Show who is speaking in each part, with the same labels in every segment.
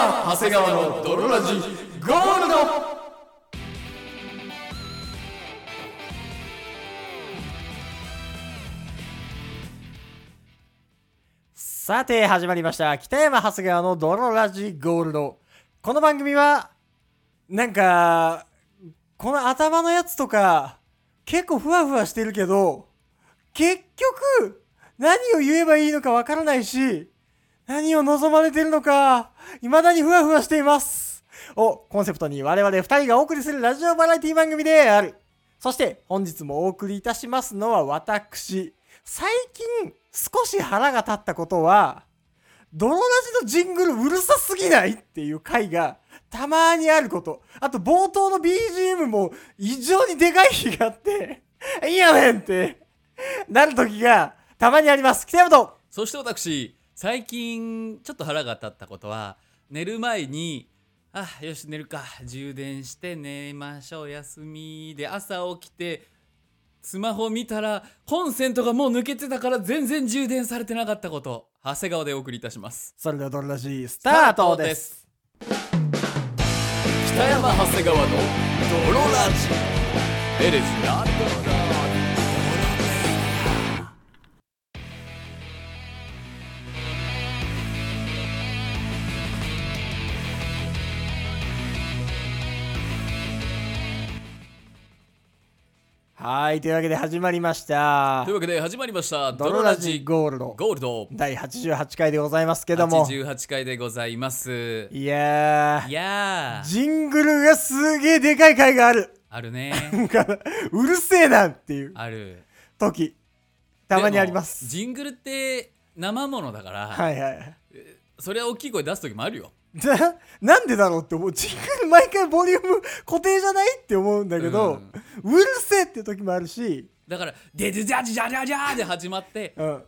Speaker 1: 山長谷川の泥ラジゴールド。
Speaker 2: さて始まりました北山長谷川の泥ラジゴールド。この番組はなんかこの頭のやつとか結構ふわふわしてるけど、結局何を言えばいいのかわからないし、何を望まれてるのか未だにふわふわしていますをコンセプトに我々2人がお送りするラジオバラエティ番組である。そして本日もお送りいたしますのは私。最近少し腹が立ったことは、泥ラジのジングルうるさすぎないっていう回がたまにあること。あと冒頭の BGM も異常にでかい日があって、いいやねんってなる時がたまにあります。北山と。
Speaker 1: そして私、最近ちょっと腹が立ったことは、寝る前によし寝るか、充電して寝ましょう、休みで朝起きてスマホ見たらコンセントがもう抜けてたから全然充電されてなかったこと。長谷川でお送りいたします。
Speaker 2: それでは泥ラジスタートです。
Speaker 1: 北山長谷川の泥ラジ It is not泥
Speaker 2: はい、というわけで始まりました
Speaker 1: というわけで始まりました
Speaker 2: 泥ラジゴールド
Speaker 1: ゴールド
Speaker 2: 第88回でございますけども、
Speaker 1: 88回でございます。
Speaker 2: いや
Speaker 1: ー
Speaker 2: ジングルがすげえでかい回がある。
Speaker 1: あるね
Speaker 2: うるせえなっていう
Speaker 1: ある
Speaker 2: 時たまにあります。
Speaker 1: ジングルって生ものだから、
Speaker 2: はいはい。
Speaker 1: それは大きい声出す時もあるよ。
Speaker 2: なんでだろうって思う。ジングル毎回ボリューム固定じゃないって思うんだけど、うるせえって時もあるし、
Speaker 1: だからデデジャジャジャジャで始まって、本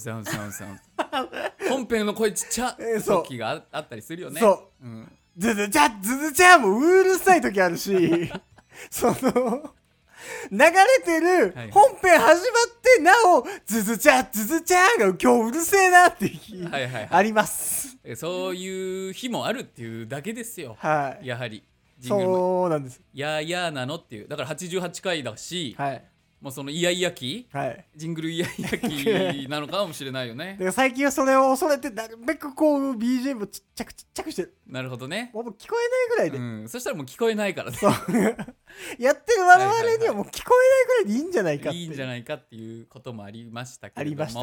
Speaker 1: 編の声ちっちゃ時があったりするよね。
Speaker 2: そう、ズズチャズズチャもうるさい時あるしその流れてる本編始まってなおズズチャズズチャが今日うるせえなって日あります。
Speaker 1: そういう日もあるっていうだけですよ。やはり
Speaker 2: ジングルそうなんです。
Speaker 1: やなのっていう。だから88回だし、
Speaker 2: はい
Speaker 1: もうそのイヤイヤ期、ジングルイヤイヤ期なのかもしれないよね。
Speaker 2: で最近はそれを恐れてなるべくこう BGM をちっちゃくしてる。
Speaker 1: なるほどね。
Speaker 2: もう聞こえないぐらい
Speaker 1: で、そしたらもう聞こえないからね
Speaker 2: やってる我々にはもう聞こえないぐらいでいいんじゃないかって
Speaker 1: いいんじゃないかっていうこともありましたけれども、
Speaker 2: じゃあち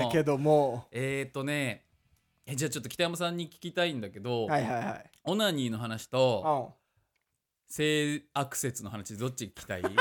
Speaker 1: ょっと北山さんに聞きたいんだけど、オナニーの話と性悪説の話どっち聞きたい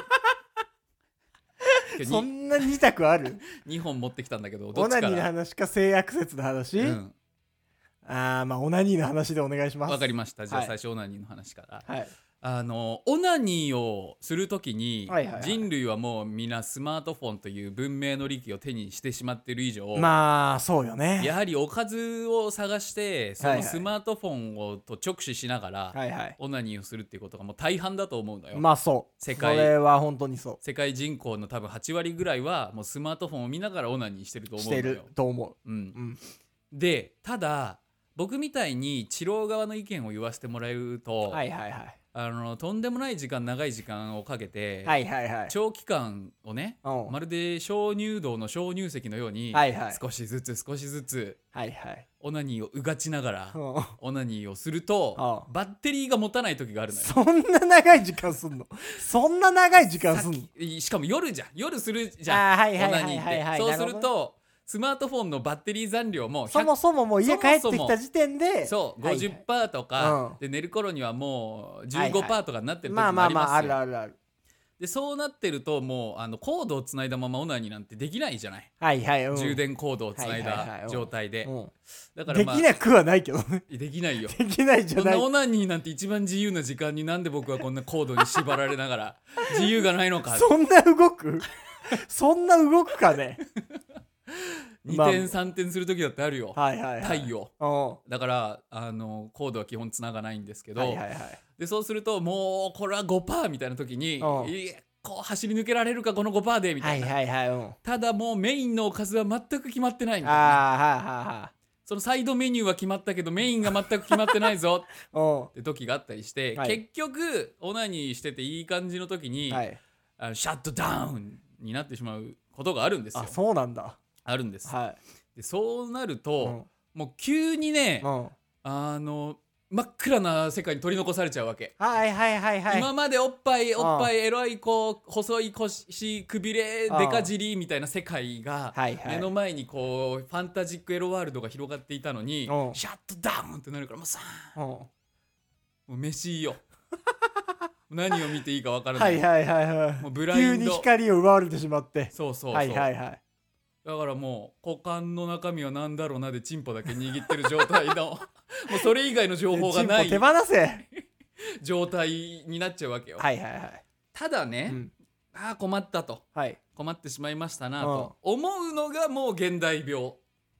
Speaker 2: そんな2択ある
Speaker 1: 2本持ってきたんだけど、
Speaker 2: どっちからオナニーの話か性悪説の話、まあオナニーの話でお願いします。
Speaker 1: わかりました。じゃあ最初オナニーの話から、オナニーをするときに、人類はもうみんなスマートフォンという文明の利器を手にしてしまっている以上、
Speaker 2: まあそうよね。
Speaker 1: やはりおかずを探してそのスマートフォンをと直視しながら、オナニーをするっていうことがもう大半だと思うのよ。
Speaker 2: まあそう。それは本当にそう。
Speaker 1: 世界人口の多分8割ぐらいはもうスマートフォンを見ながらオナニーしてると思うのよ。
Speaker 2: してると思う。
Speaker 1: で、ただ僕みたいに治療側の意見を言わせてもらえると、とんでもない時間、長い時間をかけて、長期間をね、まるで鍾乳洞の鍾乳石のように、少しずつオナニーをうがちながらオナニーをすると、バッテリーが持たない時があるのよ。
Speaker 2: そんな長い時間すんの
Speaker 1: しかも夜じゃん。夜するじゃん、オナニーって。そうするとスマートフォンのバッテリー残量も
Speaker 2: そもそももう家帰ってきた時点で
Speaker 1: 50% とかで、寝る頃にはもう 15% とかになってる時もありますよ。
Speaker 2: ある。
Speaker 1: でそうなってるともうコードをつないだままオナニーなんてできないじゃない。充電コードをつないだ状態で。
Speaker 2: だからできなくはないけどね。
Speaker 1: できないよ。
Speaker 2: できないじゃない。
Speaker 1: こんなオナニーなんて一番自由な時間になんで僕はこんなコードに縛られながら自由がないのか。
Speaker 2: そんな動くかね
Speaker 1: 2点3点する時だってあるよ。太陽だからコードは基本つながないんですけど、でそうするともうこれは 5% みたいな時にこう走り抜けられるかこの 5% でみたいな。ただもうメインのおかずは全く決まってないみたいな。 そのサイドメニューは決まったけどメインが全く決まってないぞって時があったりして、結局オナニーしてていい感じの時に、シャットダウンになってしまうことがあるんですよ。
Speaker 2: そうなんだ。
Speaker 1: あるんです。でそうなると、もう急にね、真っ暗な世界に取り残されちゃうわけ。今までおっぱいエロい子、細い腰くびれデカ尻みたいな世界が目の前にこうファンタジックエロワールドが広がっていたのに、シャットダウンってなるからもうさもう飯よ何を見ていいか分からない。もうブラインド、
Speaker 2: 急に光を奪われてしまって。
Speaker 1: そうだからもう股間の中身は何だろうなでチンポだけ握ってる状態のもうそれ以外の情報がない
Speaker 2: チンポ手放せ
Speaker 1: 状態になっちゃうわけよ。ただね、困ったと、困ってしまいましたなと思うのがもう現代病。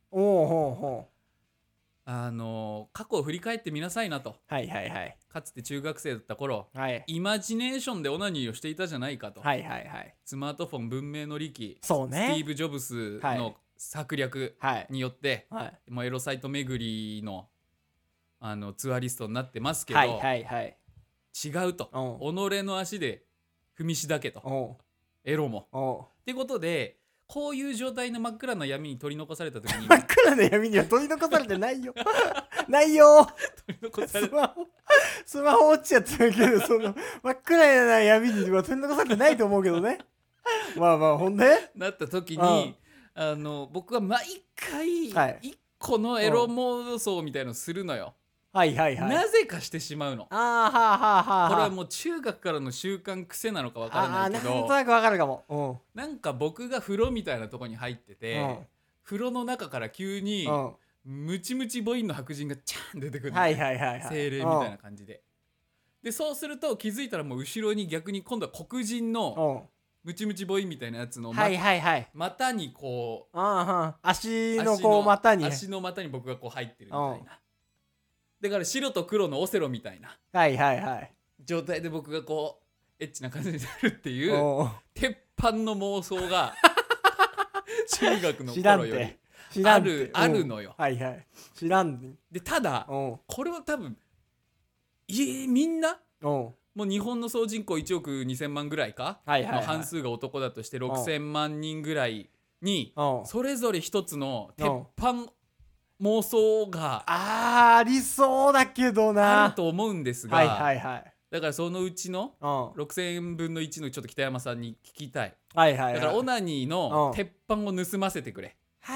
Speaker 1: 過去を振り返ってみなさいなと。かつて中学生だった頃、イマジネーションでオナニーをしていたじゃないかと。スマートフォン文明の利器、スティーブ・ジョブスの策略によって、もうエロサイト巡りの、ツアリストになってますけど、違うと。己の足で踏みしだけと。エロも。ってことでこういう状態の真っ暗な闇に取り残された時に
Speaker 2: 真っ暗な闇には取り残されてないよないよ
Speaker 1: 取り残され
Speaker 2: スマホ落ちちゃってるけど、その真っ暗な闇には取り残されてないと思うけどねほんで
Speaker 1: なった時に、僕は毎回一個のエロ妄想みたいのをするのよ。なぜかしてしまうの。これはもう中学からの習慣癖なのか分からないけど、
Speaker 2: なんとなく分かるかも。
Speaker 1: なんか僕が風呂みたいなとこに入ってて、風呂の中から急にムチムチボインの白人がチャーン出てくるの、精霊みたいな感じで。でそうすると気づいたらもう後ろに逆に今度は黒人のムチムチボインみたいなやつの股にこう
Speaker 2: 足のこう股に
Speaker 1: 僕がこう入ってるみたいな。だから白と黒のオセロみたいな状態で僕がこうエッチな感じになるっていう鉄板の妄想が中学の頃よりあるのよ。
Speaker 2: 知らん
Speaker 1: でただこれは多分みんなもう日本の総人口1億2000万ぐらいかの半数が男だとして6000万人ぐらいにそれぞれ一つの鉄板妄想が
Speaker 2: ありそうだけどな
Speaker 1: あると思うんですが、だからそのうちの6000分の1のちょっと北山さんに聞きたい。だからオナニーの鉄板を盗ませてくれ。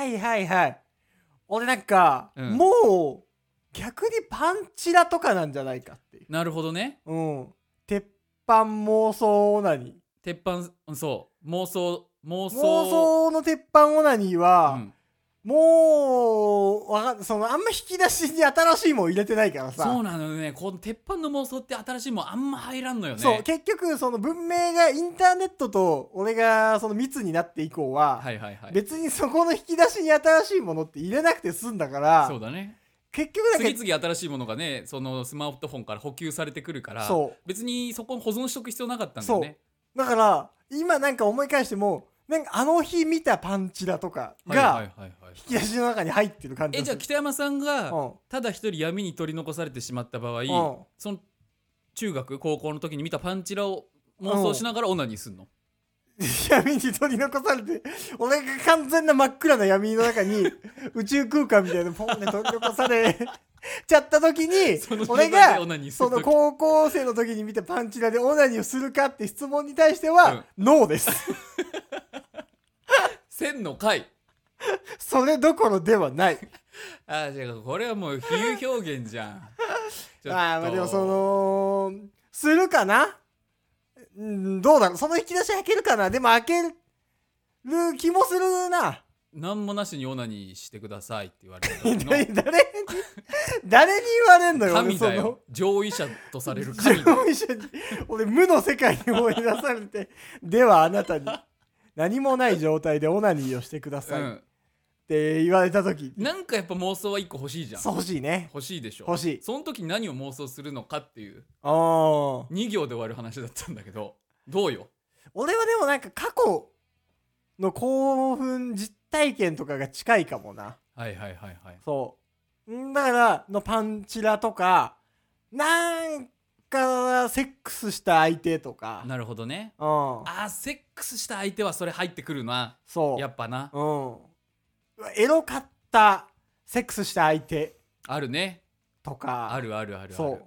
Speaker 2: 俺なんか、もう逆にパンチラとかなんじゃないかっていう。
Speaker 1: なるほどね。
Speaker 2: 鉄板妄想オナニー。
Speaker 1: 鉄板そう妄想
Speaker 2: の鉄板オナニーは、もうあんま引き出しに新しいもん入れてないからさ。
Speaker 1: そうなのよね。この鉄板の妄想って新しいもんあんま入らんのよね。
Speaker 2: そう結局その文明がインターネットと俺がその密になって以降は、別にそこの引き出しに新しいものって入れなくて済んだから。
Speaker 1: そうだね。
Speaker 2: 結局だけ
Speaker 1: 次々新しいものがねそのスマートフォンから補給されてくるから、別にそこに保存しとく必要なかったんだよね。
Speaker 2: だから今なんか思い返してもなんかあの日見たパンチだとかが引き出しの中に入ってる感じ。
Speaker 1: じゃあ北山さんがただ一人闇に取り残されてしまった場合、その中学高校の時に見たパンチラを妄想しながらオナニーすんの？
Speaker 2: 闇に取り残されて俺が完全な真っ暗な闇の中に宇宙空間みたいなポンで取り残されちゃった時に俺がその高校生の時に見たパンチラでオナニーをするかって質問に対しては、ノーです
Speaker 1: 千の回
Speaker 2: それどころではない
Speaker 1: じゃあこれはもう比喩表現じゃん
Speaker 2: でもそのするかな、どうだろう、その引き出し開けるかな。でも開ける気もするな。
Speaker 1: 何もなしにオナニーしてくださいって言われる
Speaker 2: 誰に言われんのよ。
Speaker 1: 神だよ。上位者とされる神だよ。
Speaker 2: 上位者に俺無の世界に追い出されてではあなたに何もない状態でオナニーをしてください、って言われた時
Speaker 1: なんかやっぱ妄想は1個欲しいじゃん。
Speaker 2: 欲しいね。
Speaker 1: 欲しいでしょ。
Speaker 2: 欲しい。
Speaker 1: その時何を妄想するのかっていう2行で終わる話だったんだけどどうよ。
Speaker 2: 俺はでもなんか過去の興奮実体験とかが近いかもな。
Speaker 1: はい。
Speaker 2: そだからのパンチラとか、なんかセックスした相手とか。
Speaker 1: なるほどね。
Speaker 2: うん。
Speaker 1: セックスした相手はそれ入ってくるな。
Speaker 2: そう。
Speaker 1: やっぱな。
Speaker 2: うん。エロかったセックスした相手。
Speaker 1: あるね。
Speaker 2: とか。
Speaker 1: あるあるある。
Speaker 2: そう。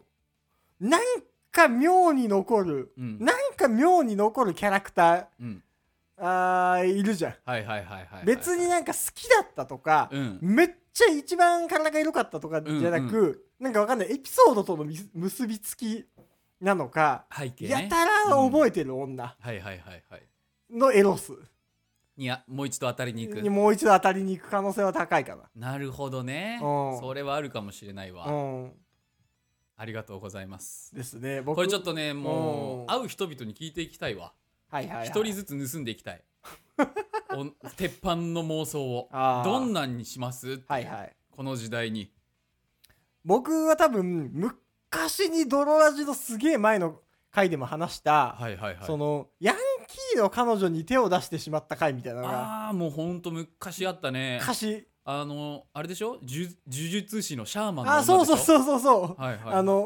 Speaker 2: なんか妙に残る、なんか妙に残るキャラクター、いるじゃん。
Speaker 1: はいはいはいはい。
Speaker 2: 別になんか好きだったとか、めっちゃ一番体が良かったとかじゃなく、なんかわかんないエピソードとの結びつきなのか、
Speaker 1: 背景ね、
Speaker 2: やたら覚えてる女のエロス
Speaker 1: にもう一度当たりに行く。
Speaker 2: もう一度当たりに行く可能性は高いかな。
Speaker 1: なるほどね。それはあるかもしれないわ。ありがとうございます
Speaker 2: ですね。
Speaker 1: これちょっとね、もう会う人々に聞いていきたいわ。一人ずつ盗んでいきたい鉄板の妄想をどんなんにしますって、この時代に。
Speaker 2: 僕は多分昔にドロラジのすげえ前の回でも話した、そのヤンキーの彼女に手を出してしまった回みたいなのが、
Speaker 1: もうほんと昔あったね。
Speaker 2: 昔
Speaker 1: あれでしょ、呪術師のシャーマンの女でしょ。
Speaker 2: そう、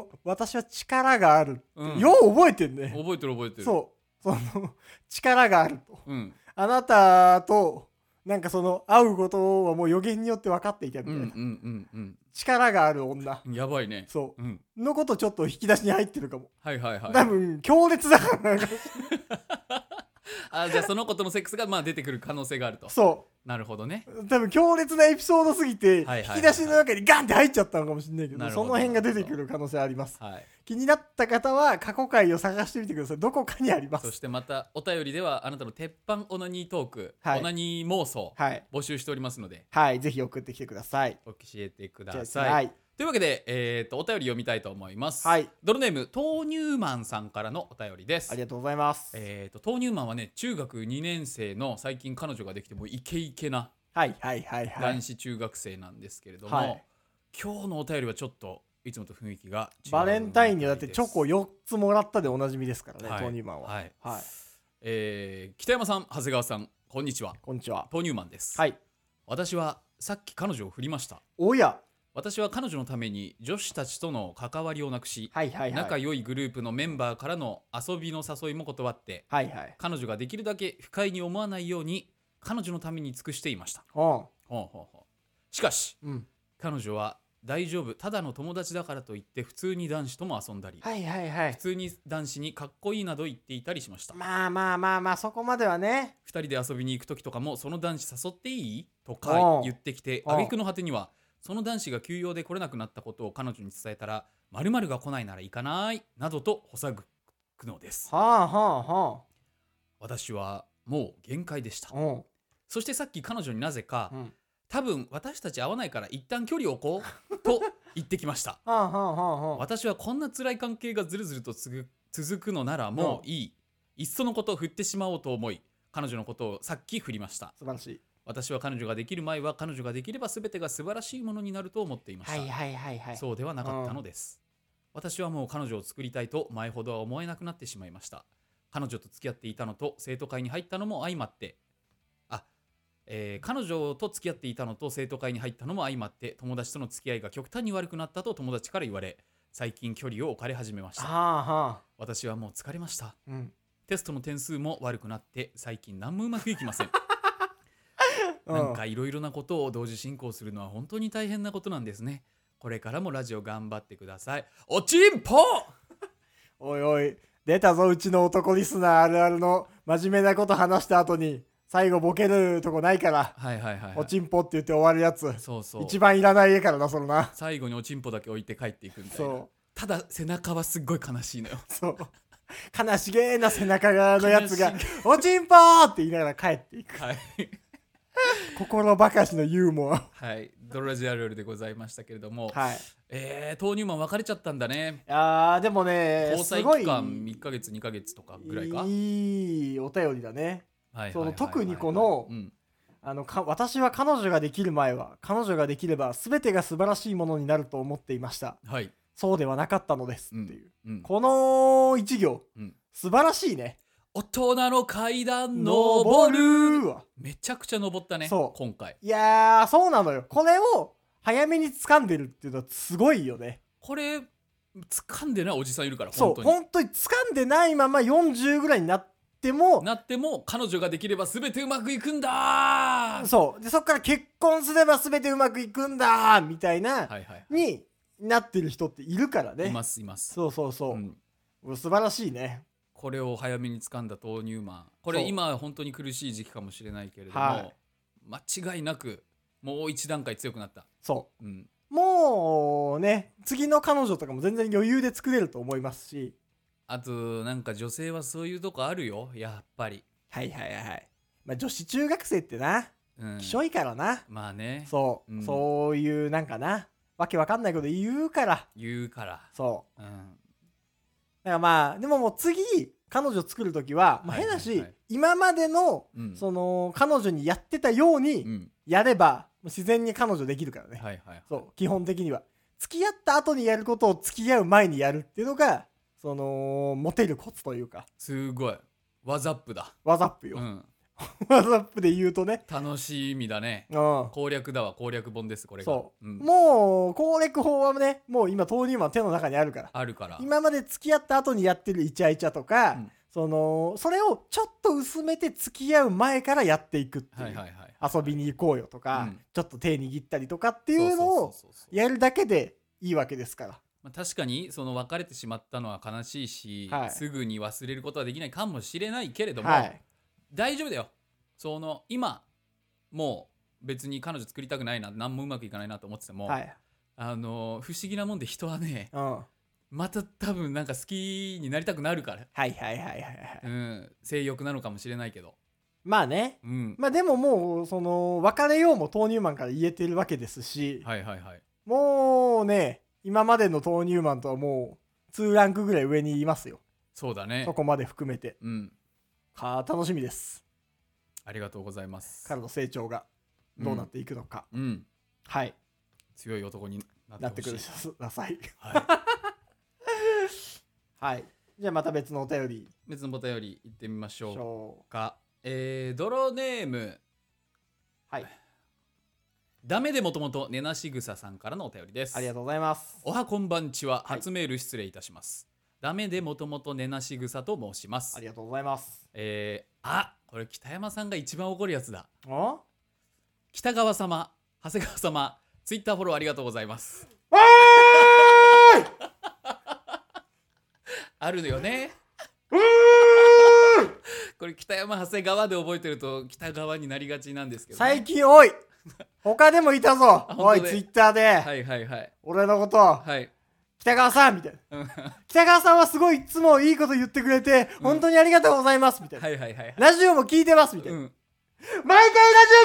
Speaker 2: 私は力がある、よう覚えてんね。
Speaker 1: 覚えてる。
Speaker 2: そうその力があると、あなたとなんかその会うことはもう予言によって分かっていたみたいな、力がある女、
Speaker 1: やばいね。
Speaker 2: そう、のことちょっと引き出しに入ってるかも。
Speaker 1: 多
Speaker 2: 分強烈だから
Speaker 1: じゃあその子とのセックスが出てくる可能性があると。
Speaker 2: そう、
Speaker 1: なるほどね。
Speaker 2: 多分強烈なエピソードすぎて引き出しの中にガンって入っちゃったのかもしれないけど、その辺が出てくる可能性あります。気になった方は過去回を探してみてください。どこかにあります。
Speaker 1: そしてまたお便りではあなたの鉄板オナニートーク、オナニー妄想、募集しておりますので、
Speaker 2: ぜひ送ってきてください。
Speaker 1: 教えてください。というわけで、お便り読みたいと思います。ドロネーム豆乳マンさんからのお便りです。
Speaker 2: ありがとうございます。
Speaker 1: 豆乳マンはね、中学2年生の最近彼女ができてもイケイケな男子中学生なんですけれども、今日のお便りはちょっといつもと雰囲気が違う。
Speaker 2: バレンタインにだってチョコ4つもらったでおなじみですからね、豆乳マンは。
Speaker 1: 北山さん、長谷川さん、こんにちは。
Speaker 2: こんにちは。
Speaker 1: 豆乳マンです。私はさっき彼女を振りました。
Speaker 2: おや。
Speaker 1: 私は彼女のために女子たちとの関わりをなくし、仲良いグループのメンバーからの遊びの誘いも断って、彼女ができるだけ不快に思わないように彼女のために尽くしていました。しかし、彼女は大丈夫、ただの友達だからといって普通に男子とも遊んだり、普通に男子にかっこいいなど言っていたりしました。
Speaker 2: まあそこまではね。
Speaker 1: 2人で遊びに行く時とかもその男子誘っていいとか言ってきて、挙句の果てにはその男子が休養で来れなくなったことを彼女に伝えたら、〇〇が来ないなら行かないなどとほさぐくのです。私はもう限界でした。そしてさっき彼女になぜか、多分私たち会わないから一旦距離を置こうと言ってきました。私はこんな辛い関係がずるずると続くのならもういい、いっそのことを振ってしまおうと思い、彼女のことをさっき振りました。
Speaker 2: 素晴らしい。
Speaker 1: 私は彼女ができる前は彼女ができれば全てが素晴らしいものになると思っていました。そうではなかったのです。私はもう彼女を作りたいと前ほどは思えなくなってしまいました。彼女と付き合っていたのと生徒会に入ったのも相まって、彼女と付き合っていたのと生徒会に入ったのも相まって、友達との付き合いが極端に悪くなったと友達から言われ、最近距離を置かれ始めました。私はもう疲れました。テストの点数も悪くなって最近何もうまくいきません。なんかいろいろなことを同時進行するのは本当に大変なことなんですね。これからもラジオ頑張ってください。おちんぽ
Speaker 2: おいおい、出たぞうちの男リスナーあるあるの真面目なこと話した後に最後ボケるとこないから、おちんぽって言って終わるやつ。一番いらない絵からな、それな。
Speaker 1: 最後におちんぽだけ置いて帰っていくみたいな。ただ背中はすっごい悲しいのよ。
Speaker 2: 悲しげな背中のやつがおちんぽーって言いながら帰っていく。心ばかしのユーモア。
Speaker 1: ドロラジあるあるでございましたけれども、豆乳マン別れちゃったんだね。
Speaker 2: でもね、
Speaker 1: 交際期間1ヶ月2ヶ月とかぐらいか。
Speaker 2: いいお便りだね。特にこの私は彼女ができる前は彼女ができれば全てが素晴らしいものになると思っていました。そうではなかったのですっていう、この一行、素晴らしいね。
Speaker 1: 大人の階段登る。めちゃくちゃ登ったね、今回。
Speaker 2: いやー、そうなのよ。これを早めに掴んでるっていうのはすごいよね。
Speaker 1: これ掴んでないおじさんいるから。
Speaker 2: そう本当に掴んでないまま40ぐらいになっても
Speaker 1: 彼女ができれば全てうまくいくんだ。
Speaker 2: そうでそっから結婚すれば全てうまくいくんだみたいな、になってる人っているからね。
Speaker 1: います。
Speaker 2: そう、素晴らしいね。
Speaker 1: これを早めに掴んだ豆乳マン。これ今本当に苦しい時期かもしれないけれども、間違いなくもう一段階強くなった。
Speaker 2: そう、もうね次の彼女とかも全然余裕で作れると思いますし、
Speaker 1: あとなんか女性はそういうとこあるよやっぱり。
Speaker 2: まあ女子中学生ってな、きしょいからな。
Speaker 1: まあね。
Speaker 2: そう、そういうなんかなわけわかんないこと言うから。そう、だからまあでももう次彼女作るときは、変だし、今までの、その彼女にやってたようにやれば、自然に彼女できるからね。そう基本的には付き合った後にやることを付き合う前にやるっていうのがそのモテるコツというか。
Speaker 1: すごいワザップだ。
Speaker 2: ワザップよ、ワザップで言うとね。
Speaker 1: 楽しみだね。攻略だわ。攻略本ですこれが。
Speaker 2: そう、もう攻略法はねもう今豆乳マン手の中にあるから。今まで付き合った後にやってるイチャイチャとか、それをちょっと薄めて付き合う前からやっていくっていう、遊びに行こうよとか、ちょっと手握ったりとかっていうのをやるだけでいいわけですから。
Speaker 1: 確かにその別れてしまったのは悲しいし、すぐに忘れることはできないかもしれないけれども、大丈夫だよ。今もう別に彼女作りたくないな、何もうまくいかないなと思ってても、不思議なもんで人はね、また多分なんか好きになりたくなるから。性欲なのかもしれないけど。
Speaker 2: まあね、まあでももう別れようも豆乳マンから言えてるわけですし、もうね今までの豆乳マンとはもう2ランクぐらい上にいますよ。
Speaker 1: そうだね。
Speaker 2: そこまで含めて、楽しみです。
Speaker 1: ありがとうございます。
Speaker 2: 彼の成長がどうなっていくのか、強い男になってください。じゃあまた別のお便り
Speaker 1: 行ってみましょうか。ドロネーム、ダメでもともとねなしぐささんからのお便りです。
Speaker 2: ありがとうございます。
Speaker 1: おはこんばんちは。初メール失礼いたします。ダメでもともとねなしぐさと申します。
Speaker 2: ありがとうございます。
Speaker 1: これ北山さんが一番怒るやつだ。北川様、長谷川様、ツイッターフォローありがとうございます。あるよね。これ北山長谷川で覚えてると北川になりがちなんですけど、
Speaker 2: 最近多い。他でもいたぞ。おいツイッターで、俺のこと、北川さんみたいな、北川さんはすごいいつもいいこと言ってくれて、本当にありがとうございますみたいな、ラジオも聞いてますみたいな、毎回ラジオ聞いてたよ。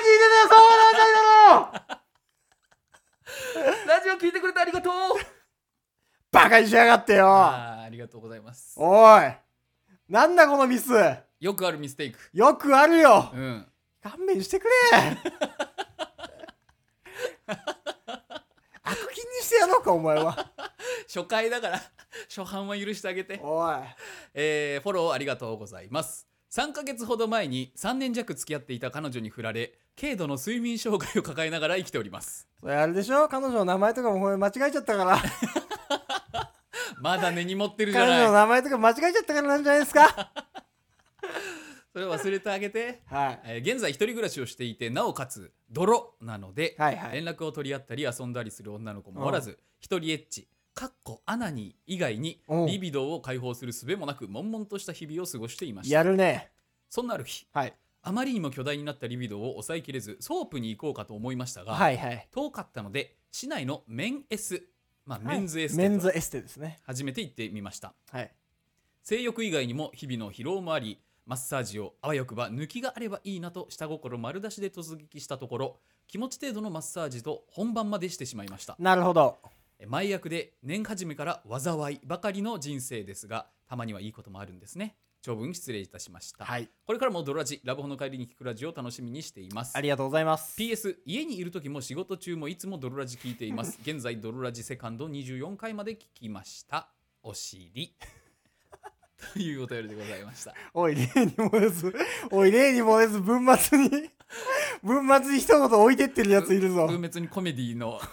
Speaker 2: そうなんだよ。
Speaker 1: ラジオ聞いてくれてありがとう。
Speaker 2: バカにしやがってよ。
Speaker 1: ありがとうございます。
Speaker 2: おいなんだこのミス。
Speaker 1: よくあるミステイク。
Speaker 2: よくあるよ、勘弁してくれ。悪気にしてやろうかお前は。
Speaker 1: 初回だから初版は許してあげて。
Speaker 2: おい、
Speaker 1: フォローありがとうございます。3ヶ月ほど前に3年弱付き合っていた彼女に振られ、軽度の睡眠障害を抱えながら生きております。
Speaker 2: それあれでしょ、彼女の名前とかも間違えちゃったから
Speaker 1: まだ根に持ってるじゃない。
Speaker 2: 彼女の名前とか間違えちゃったからなんじゃないですか。
Speaker 1: それを忘れてあげて。現在一人暮らしをしていて、なおかつ泥なので、連絡を取り合ったり遊んだりする女の子もおらず、一人エッチアナニー以外にリビドーを解放する術もなく悶々とした日々を過ごしていました。
Speaker 2: やるね。
Speaker 1: そんなある日、あまりにも巨大になったリビドーを抑えきれずソープに行こうかと思いましたが、遠かったので市内のメンエス、メンズエステ
Speaker 2: ですね、
Speaker 1: 初めて行ってみました。性欲以外にも日々の疲労もあり、マッサージをあわよくば抜きがあればいいなと下心丸出しで突撃したところ、気持ち程度のマッサージと本番までしてしまいました。
Speaker 2: なるほど。
Speaker 1: 前役で年始めから災いばかりの人生ですが、たまにはいいこともあるんですね。長文失礼いたしました。これからもドラジラブホの帰りに聞くラジオを楽しみにしています。
Speaker 2: ありがとうございます。
Speaker 1: PS 家にいる時も仕事中もいつもドロラジ聞いています。現在ドロラジセカンド24回まで聞きました。お尻というお便りでございました。
Speaker 2: おい例に漏れず文末に一言置いてってるやついるぞ。
Speaker 1: 文末にコメディの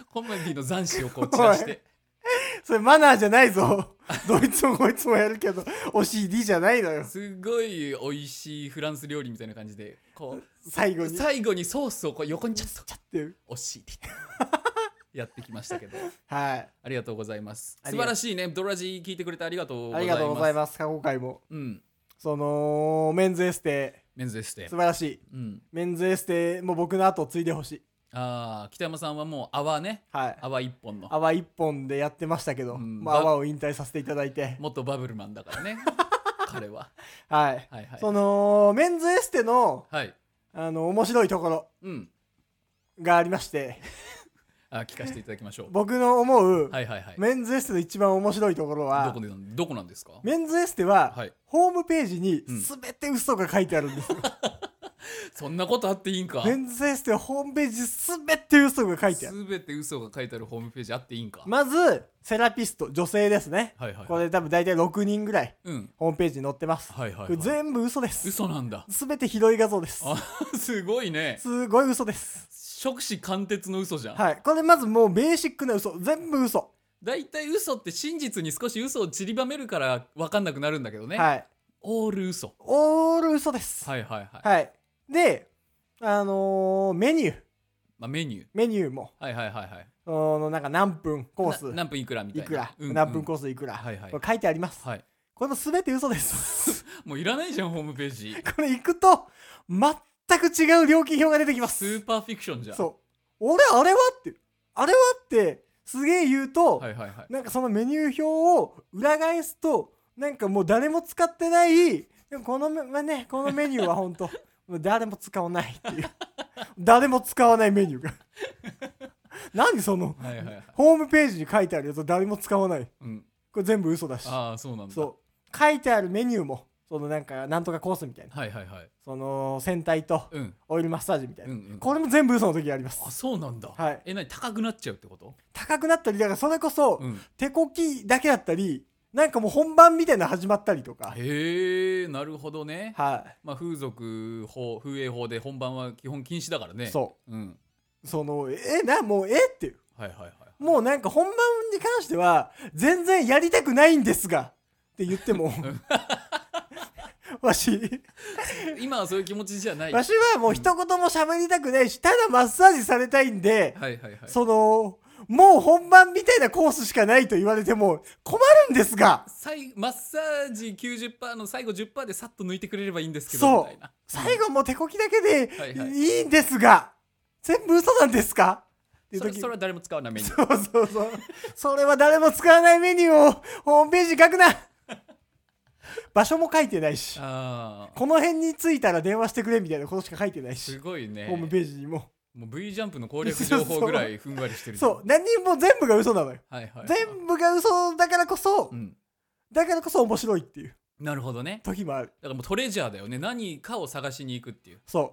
Speaker 1: コメディの斬新をこう散らして
Speaker 2: それマナーじゃないぞどいつもこいつもやるけどお尻じゃないのよ。
Speaker 1: すごい美味しいフランス料理みたいな感じでこう
Speaker 2: 最後に
Speaker 1: ソースをこう横にちゃっと
Speaker 2: って
Speaker 1: お尻やってきましたけど
Speaker 2: はい、
Speaker 1: ありがとうございます。素晴らしいね。ドラジ聞いてくれてありがとうございます。
Speaker 2: ありがとうございます。過去回も、
Speaker 1: うん、
Speaker 2: そのメンズエステ素晴らしい、うん、メンズエステも僕の後を継いでほしい。
Speaker 1: ああ、北山さんはもう泡ね、はい、泡一本の
Speaker 2: 泡一本でやってましたけど、まあ、泡を引退させていただいて
Speaker 1: 元バブルマンだからね彼は、
Speaker 2: はい、はいはい、そのメンズエステの、はい、面白いところ、うん、がありまして
Speaker 1: 聞かせていただきましょう。
Speaker 2: 僕の思う、はいはいはい、メンズエステの一番面白いところは
Speaker 1: どこなんですか？
Speaker 2: メンズエステは、はい、ホームページに全て嘘が書いてあるんですよ、
Speaker 1: そんなことあっていいんか？
Speaker 2: メンズエステはホームページ全て嘘が書いてある。
Speaker 1: 全て嘘が書いてあるホームページあっていいんか？
Speaker 2: まずセラピスト女性ですね、はいはいはい、これ多分大体6人ぐらい、うん、ホームページに載ってます、はいはいはい、これ全部嘘です。
Speaker 1: 嘘なんだ。
Speaker 2: 全てひどい画像です。
Speaker 1: すごいね。
Speaker 2: すごい嘘です。
Speaker 1: 触手貫徹の嘘じゃん。
Speaker 2: はい、これまずもうベーシックな嘘、全部嘘。
Speaker 1: だいたい嘘って真実に少し嘘を散りばめるから分かんなくなるんだけどね。はい、オール嘘。
Speaker 2: オール嘘です。
Speaker 1: はいはいはい、
Speaker 2: はい、でメニュー、
Speaker 1: まあ、メニュ
Speaker 2: ーも
Speaker 1: はいはいはいはい、
Speaker 2: なんか何分コース
Speaker 1: 何分いくらみたいな、
Speaker 2: いくら、
Speaker 1: うんうん、
Speaker 2: 何分コースいくら、はいはい、これ書いてあります、はい、これも全て嘘です
Speaker 1: もういらないじゃんホームページ
Speaker 2: これ行くと全く違う料金表が出てきます。
Speaker 1: スーパーフィクションじゃん。
Speaker 2: そうあれはってすげえ言うと、はいはいはい、なんかそのメニュー表を裏返すとなんかもう誰も使ってないでもこのメニューは本当誰も使わないっていう誰も使わないメニューが何その、はいはいはい、ホームページに書いてあるやつ誰も使わない、うん、これ全部嘘だし。
Speaker 1: ああそうなんだ。
Speaker 2: そう書いてあるメニューもそのなんとかコースみたいな、
Speaker 1: はいはいはい、
Speaker 2: その洗体とオイルマッサージみたいな、うんうん、これも全部嘘の時あります。
Speaker 1: あそうなんだ、はい、何高くなっちゃうってこと？
Speaker 2: 高くなったりだからそれこそ、うん、手こきだけだったりなんかもう本番みたいなの始まったりとか。
Speaker 1: へえ、なるほどね。はい。まあ風俗法、風営法で本番は基本禁止だからね。そう。うん。その
Speaker 2: もうっていう。はいはいはい。もうなんか本番に関しては全然やりたくないんですがって言ってもわし
Speaker 1: 今はそういう気持ちじゃない。
Speaker 2: わしはもう一言も喋りたくないし、ただマッサージされたいんで、はいはいはい。そのもう本番みたいなコースしかないと言われても困るんですが、
Speaker 1: マッサージ 90% の最後 10% でさっと抜いてくれればいいんですけど
Speaker 2: そう
Speaker 1: みたいな、
Speaker 2: 最後もう手こきだけでいいんですが、はいはい、全部嘘なんですかっていう時、
Speaker 1: それは誰も使わないメニュー。
Speaker 2: そうそれは誰も使わないメニューをホームページに書くな場所も書いてないし、この辺に着いたら電話してくれみたいなことしか書いてないし、
Speaker 1: すごいね。
Speaker 2: ホームページにも
Speaker 1: う V ジャンプの攻略情報ぐらいふんわりしてる。
Speaker 2: そう何も全部が嘘なのよ、はいはいはい、全部が嘘だからこそ、うん、面白いっていう。
Speaker 1: なるほどね。
Speaker 2: 時もある。
Speaker 1: だからもうトレジャーだよね。何かを探しに行くっていう。
Speaker 2: そう、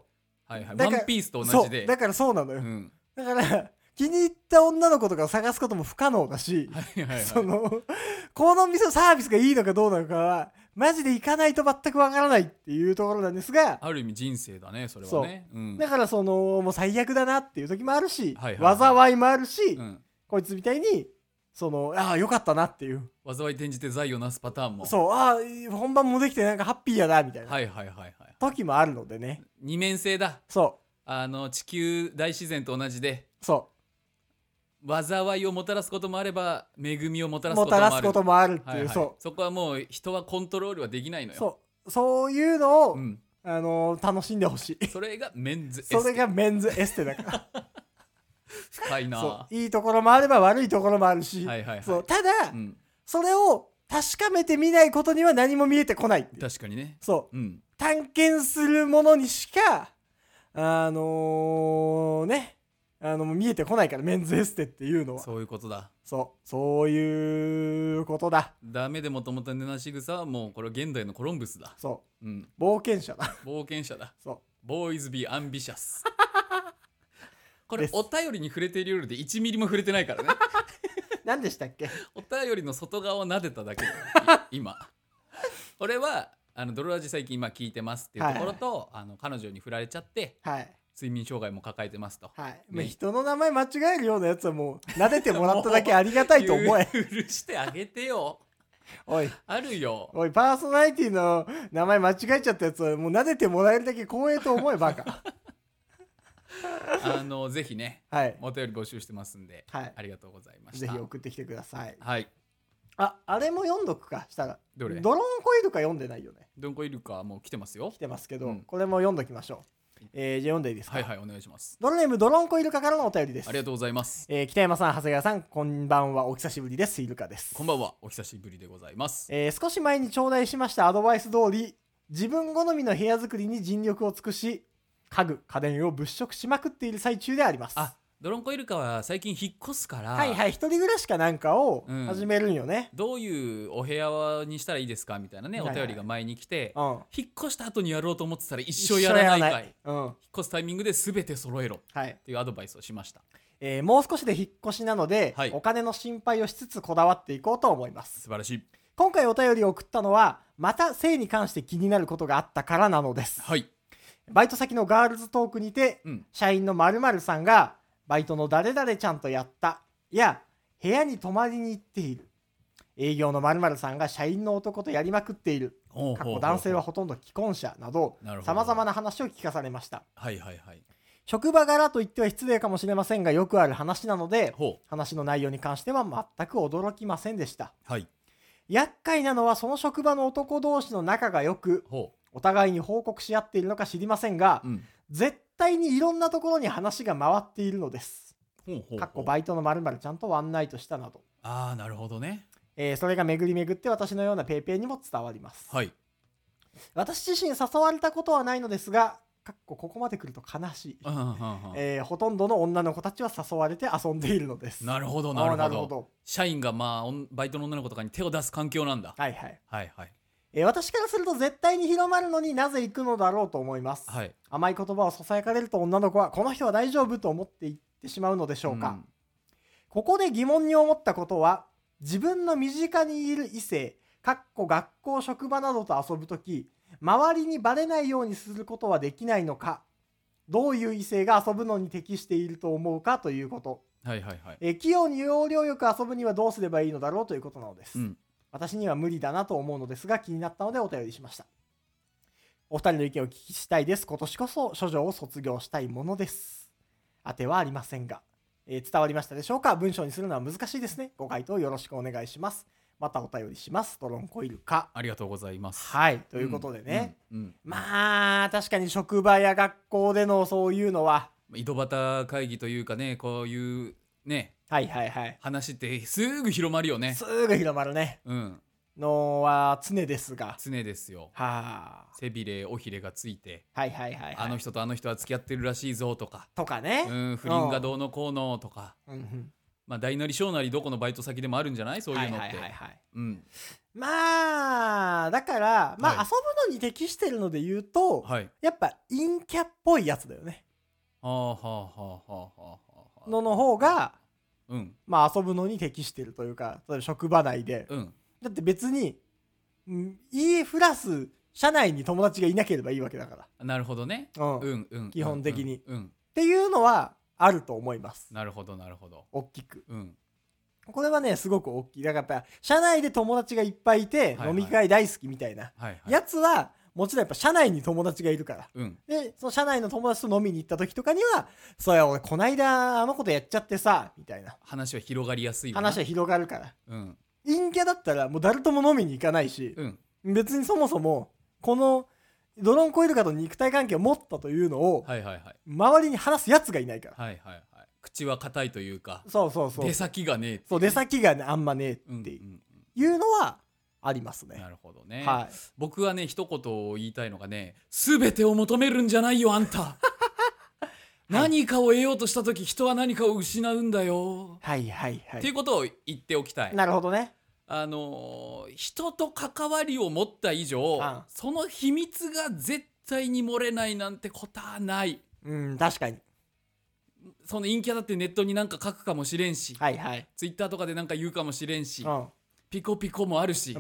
Speaker 1: はいはい、ワンピースと同じで。
Speaker 2: だからそうなのよ、うん、だから気に入った女の子とかを探すことも不可能だし、はいはいはい、この店のサービスがいいのかどうなのかはマジで行かないと全くわからないっていうところなんですが、
Speaker 1: ある意味人生だねそれはね。
Speaker 2: そう、うん、だからもう最悪だなっていう時もあるし、はいはいはい、災いもあるし、うん、こいつみたいによかったなっていう
Speaker 1: 災い転じて財をなすパターンも、
Speaker 2: そう本番もできてなんかハッピーやなみたいな、
Speaker 1: はいはいはいはい、
Speaker 2: 時もあるのでね。
Speaker 1: 二面性だ。そう地球大自然と同じで、災いをもたらすこともあれば恵みをもたらすこともあるっていう、はいはい、そこはもう人はコントロールはできないのよ。
Speaker 2: そういうのを、うん、楽しんでほしい。
Speaker 1: それがメンズエステ。
Speaker 2: それがメンズエステだから
Speaker 1: 深いな。
Speaker 2: いいところもあれば悪いところもあるし、
Speaker 1: はいはいはい、
Speaker 2: ただ、うん、それを確かめてみないことには何も見えてこない。
Speaker 1: 確かにね。
Speaker 2: うん、探検するものにしか見えてこないから、メンズエステっていうのは。
Speaker 1: そういうことだ。
Speaker 2: そういうことだ。
Speaker 1: ダメでもともと寝なしぐさはもうこれ現代のコロンブスだ。
Speaker 2: うん、冒険者だ。ボ
Speaker 1: ーイズビーアンビシャス。これお便りに触れているようで1ミリも触れてないからね。
Speaker 2: 何でしたっけ？
Speaker 1: お便りの外側を撫でただけ今。これはドロラジ最近今聞いてますっていうところと、はいはい、彼女に振られちゃって、はい、 睡眠障害も抱えてますと。
Speaker 2: はい。ね、人の名前間違えるようなやつはもう撫でてもらっただけありがたいと思え。
Speaker 1: 許してあげてよ。
Speaker 2: おい。
Speaker 1: あるよ。
Speaker 2: おい、パーソナリティの名前間違えちゃったやつはもう撫でてもらえるだけ光栄と思え、バカ。
Speaker 1: ぜひね、
Speaker 2: はい、
Speaker 1: お便り募集してますんで、
Speaker 2: はい、
Speaker 1: ありがとうございました。
Speaker 2: ぜひ送ってきてください。
Speaker 1: はい。
Speaker 2: あれも読んどくかしたら。
Speaker 1: どれ？
Speaker 2: ドローンコイルカ読んでないよね。
Speaker 1: ドローンコイルカもう来てますよ。
Speaker 2: 来てますけど、これも読んどきましょう。じゃあ読んでいいですか？
Speaker 1: はいはい、お願いします。
Speaker 2: ドロネームドローンコイルカからのお便りです。
Speaker 1: ありがとうございます。
Speaker 2: 北山さん、長谷川さん、こんばんは。お久しぶりです。イルカです。
Speaker 1: こんばんは。お久しぶりでございます。
Speaker 2: 少し前に頂戴しましたアドバイス通り、自分好みの部屋作りに尽力を尽くし、家具家電を物色しまくっている最中であります。
Speaker 1: ドロンコイルカは最近引っ越すから、
Speaker 2: はいはい、一人暮らしかなんかを始めるんよね、
Speaker 1: どういうお部屋にしたらいいですかみたいなね、お便りが前に来て、引っ越した後にやろうと思ってたら一生やらないかい、引っ越すタイミングで全て揃えろっていうアドバイスをしました。
Speaker 2: もう少しで引っ越しなので、お金の心配をしつつこだわっていこうと思います。
Speaker 1: 素晴らしい。
Speaker 2: 今回お便りを送ったのは、また性に関して気になることがあったからなのです。
Speaker 1: はい。
Speaker 2: バイト先のガールズトークにて、社員の〇〇さんがバイトの誰々ちゃんとやったや部屋に泊まりに行っている、営業の〇〇さんが社員の男とやりまくっている、過去男性はほとんど既婚者などさまざまな話を聞かされました。
Speaker 1: はいはいはい。
Speaker 2: 職場柄といっては失礼かもしれませんが、よくある話なので話の内容に関しては全く驚きませんでした。
Speaker 1: はい。
Speaker 2: 厄介なのはその職場の男同士の仲が良く、お互いに報告し合っているのか知りませんが、絶対にいろんなところに話が回っているのです。かっこバイトの〇〇ちゃんとワンナイトしたなど。
Speaker 1: ああ、なるほどね。
Speaker 2: それが巡り巡って私のようなペイペイにも伝わります。
Speaker 1: はい。
Speaker 2: 私自身誘われたことはないのですが、かっこここまで来ると悲しい。ほとんどの女の子たちは誘われて遊んでいるのです。
Speaker 1: なるほどなるほど。社員がバイトの女の子とかに手を出す環境なんだ。
Speaker 2: はいはい
Speaker 1: はいはい。
Speaker 2: 私からすると絶対に広まるのになぜ行くのだろうと思います。
Speaker 1: はい、
Speaker 2: 甘い言葉をささやかれると女の子はこの人は大丈夫と思って行ってしまうのでしょうか。ここで疑問に思ったことは、自分の身近にいる異性かっこ学校職場などと遊ぶとき、周りにバレないようにすることはできないのか、どういう異性が遊ぶのに適していると思うかということ、
Speaker 1: はいはいはい、
Speaker 2: 器用に要領よく遊ぶにはどうすればいいのだろうということなのです。私には無理だなと思うのですが、気になったのでお便りしました。お二人の意見をお聞きしたいです。今年こそ処女を卒業したいものです。当てはありませんが、伝わりましたでしょうか。文章にするのは難しいですね。ご回答よろしくお願いします。またお便りします。ドロンコイルカ。
Speaker 1: ありがとうございます。
Speaker 2: はい、ということでね、まあ確かに職場や学校でのそういうのは
Speaker 1: 井戸端会議というかね、こういうね、
Speaker 2: はいはいはい、
Speaker 1: 話ってすぐ広まるよね。
Speaker 2: すぐ広まるね。のは常ですが。
Speaker 1: 常ですよ。背びれ尾ひれがついて、
Speaker 2: はいはいはい、
Speaker 1: あの人とあの人は付き合ってるらしいぞとか。
Speaker 2: とかね。
Speaker 1: 不倫がどうのこうのとか。まあ大なり小なりどこのバイト先でもあるんじゃない？そういうのって。
Speaker 2: まあだからまあ遊ぶのに適してるので言うと、やっぱ陰キャっぽいやつだよね。の方が、まあ遊ぶのに適してるというか、例えば職場内で、だって別に家プラス社内に友達がいなければいいわけだから。
Speaker 1: なるほどね。
Speaker 2: 基本的にっていうのはあると思います。
Speaker 1: なるほどなるほど。
Speaker 2: 大きく。これはねすごく大きい。だからやっぱ社内で友達がいっぱいいて、飲み会大好きみたいなやつはもちろんやっぱ社内に友達がいるから、でその社内の友達と飲みに行った時とかには、そうや俺こないだあのことやっちゃってさみたいな
Speaker 1: 話は広がりやすいよな。
Speaker 2: 話は広がるから。陰キャだったらもう誰とも飲みに行かないし、別にそもそもこのドロンコイルカと肉体関係を持ったというのを周りに話すやつがいないから。
Speaker 1: 口は硬いというか、
Speaker 2: そう
Speaker 1: 出先がねえ。
Speaker 2: そう出先がねあんまねえっていうのはありますね。
Speaker 1: なるほどね。僕はね一言言いたいのがね、全てを求めるんじゃないよあんた。何かを得ようとした時、人は何かを失うんだよ。っていうことを言っておきたい。
Speaker 2: なるほどね。
Speaker 1: 人と関わりを持った以上、その秘密が絶対に漏れないなんてことはない。
Speaker 2: 確かに。
Speaker 1: その陰キャだってネットに何か書くかもしれんし、ツイッターとかで何か言うかもしれんし、ピコピコもあるし、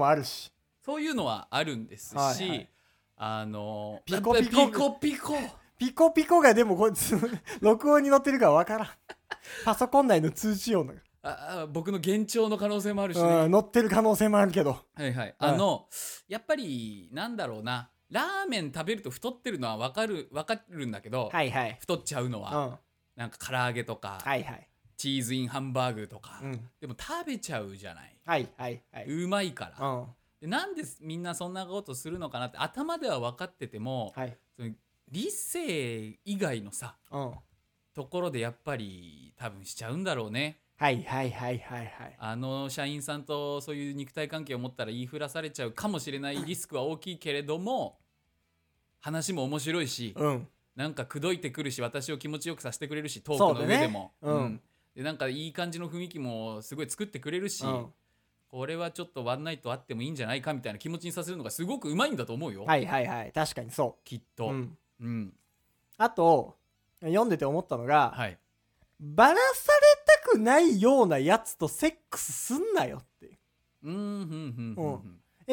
Speaker 2: そう
Speaker 1: いうのはあるんですし、
Speaker 2: ピコピコピコピコがでもこいつ録音に載ってるかわからん。パソコン内の通知音だ
Speaker 1: から僕の幻聴の可能性もあるしね、
Speaker 2: 載ってる可能性もあるけど、
Speaker 1: はいはい、やっぱりなんだろうな、ラーメン食べると太ってるのは分かるんだけど、
Speaker 2: はいはい、
Speaker 1: 太っちゃうのは、なんか唐揚げとか、
Speaker 2: はいはい、
Speaker 1: チーズインハンバーグとか、でも食べちゃうじゃない、
Speaker 2: はいはいはい、
Speaker 1: うまいから、でなんでみんなそんなことするのかなって頭では分かってても、その理性以外のさ、ところでやっぱり多分しちゃうんだろうね。
Speaker 2: はいはいはいはいはい。
Speaker 1: 社員さんとそういう肉体関係を持ったら言いふらされちゃうかもしれないリスクは大きいけれども、話も面白いし、なんか口説いてくるし、私を気持ちよくさせてくれるし、トークの上でも、でなんかいい感じの雰囲気もすごい作ってくれるし、これはちょっとワンナイトあってもいいんじゃないかみたいな気持ちにさせるのがすごくうまいんだと思うよ。
Speaker 2: はいはいはい、確かにそう、
Speaker 1: きっと。
Speaker 2: あと読んでて思ったのが、バラされたくないようなやつとセックスすんなよっていう。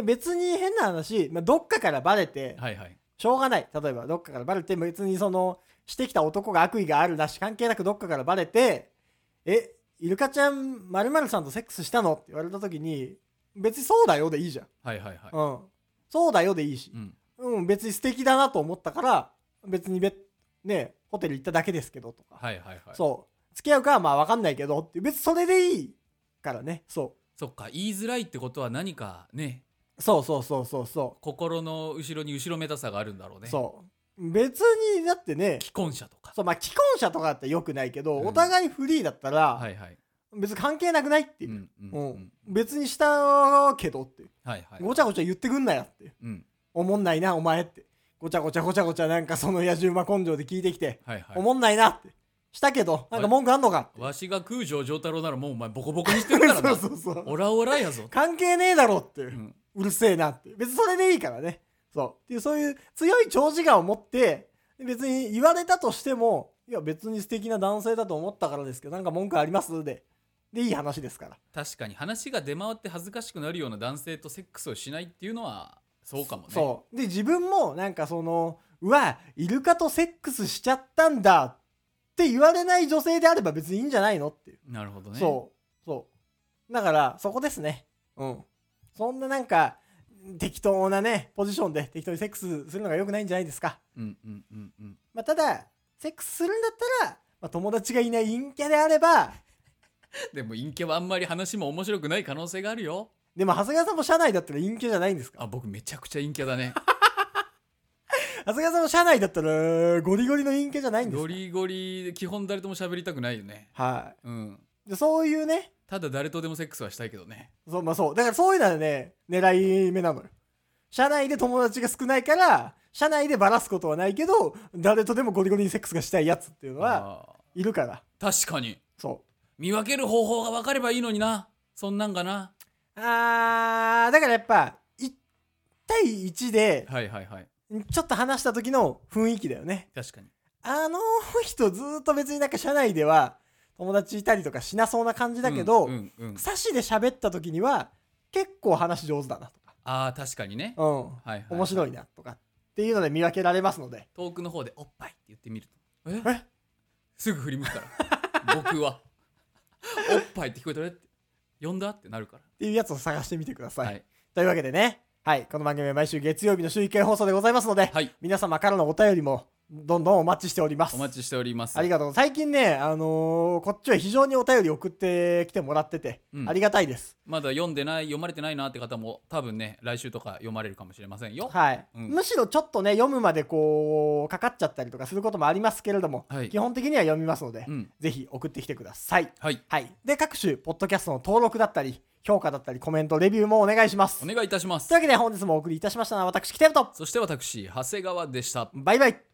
Speaker 2: 別に変な話、どっかからバレて、しょうがない。例えばどっかからバレて、別にそのしてきた男が悪意があるなし関係なくどっかからバレて、イルカちゃん〇〇さんとセックスしたのって言われた時に、別にそうだよでいいじゃん。そうだよでいいし、別に素敵だなと思ったから別にね、ホテル行っただけですけどとか、そう付き合うかはまあ分かんないけどって、別にそれでいいからね。そ
Speaker 1: っか、言いづらいってことは何かね、
Speaker 2: そう
Speaker 1: 心の後ろに後ろめたさがあるんだろうね。
Speaker 2: 別にだってね、
Speaker 1: 既婚者とか、
Speaker 2: 既婚者とかだったらよくないけど、お互いフリーだったら別に関係なくないっていう、別にしたけどって、ごちゃごちゃ言ってくんなよって、おもんないなお前って、ごちゃごちゃなんかその野じ馬根性で聞いてきて、おもんないなってしたけど、なんか文句あんのかって。
Speaker 1: わしが空城城太郎ならもうお前ボコボコにしてるからな。オラオラやぞ。
Speaker 2: 関係ねえだろって、うるせえなって。別にそれでいいからね。そういう強い長時間を持って、別に言われたとしても、いや別に素敵な男性だと思ったからですけど、なんか文句ありますでいい話ですから。
Speaker 1: 確かに話が出回って恥ずかしくなるような男性とセックスをしないっていうのはそうかもね。
Speaker 2: で自分もなんかうわイルカとセックスしちゃったんだって言われない女性であれば別にいいんじゃないのっていう。
Speaker 1: なるほどね。
Speaker 2: だからそこですね。そんななんか適当なねポジションで適当にセックスするのが良くないんじゃないですか。ただセックスするんだったら、友達がいない陰キャであれば
Speaker 1: でも陰キャはあんまり話も面白くない可能性があるよ。
Speaker 2: でも長谷川さんも社内だったら陰キャじゃないんですか。
Speaker 1: 僕めちゃくちゃ陰キャだね。
Speaker 2: 長谷川さんも社内だったらゴリゴリの陰キャじゃないんですか。
Speaker 1: ゴリゴリで基本誰とも喋りたくないよね。
Speaker 2: でそういうね、
Speaker 1: ただ誰とでもセックスはしたいけどね。
Speaker 2: だからそういうのはね狙い目なのよ。社内で友達が少ないから社内でバラすことはないけど、誰とでもゴリゴリにセックスがしたいやつっていうのはいるから。
Speaker 1: 確かに見分ける方法が分かればいいのにな。そんなんかな。
Speaker 2: だからやっぱ1対1でちょっと話した時の雰囲気だよね。
Speaker 1: 確かに
Speaker 2: 人ずっと別になんか社内では友達いたりとかしなそうな感じだけど、サシで喋った時には結構話上手だなとか、
Speaker 1: 確かにね、
Speaker 2: 面白いなとかっていうので見分けられますので、
Speaker 1: 遠くの方でおっぱいって言ってみるとすぐ振り向くから僕はおっぱいって聞こえたらって呼んだってなるから
Speaker 2: っていうやつを探してみてください。というわけでね、この番組は毎週月曜日の週1回放送でございますので、皆様からのお便りもどんどんお待ちしております。
Speaker 1: お待ちしております。
Speaker 2: ありがとう。最近ね、こっちは非常にお便り送ってきてもらってて、ありがたいです。
Speaker 1: まだ読まれてないなって方も多分ね、来週とか読まれるかもしれませんよ。むしろちょっとね、読むまでかかっちゃったりとかすることもありますけれども、基本的には読みますので、ぜひ送ってきてください。で、各種ポッドキャストの登録だったり評価だったりコメントレビューもお願いします。 お願いいたします。
Speaker 2: というわけで本日もお送りいたしましたのは私北山と、
Speaker 1: そして私長谷川でした。
Speaker 2: バイバイ。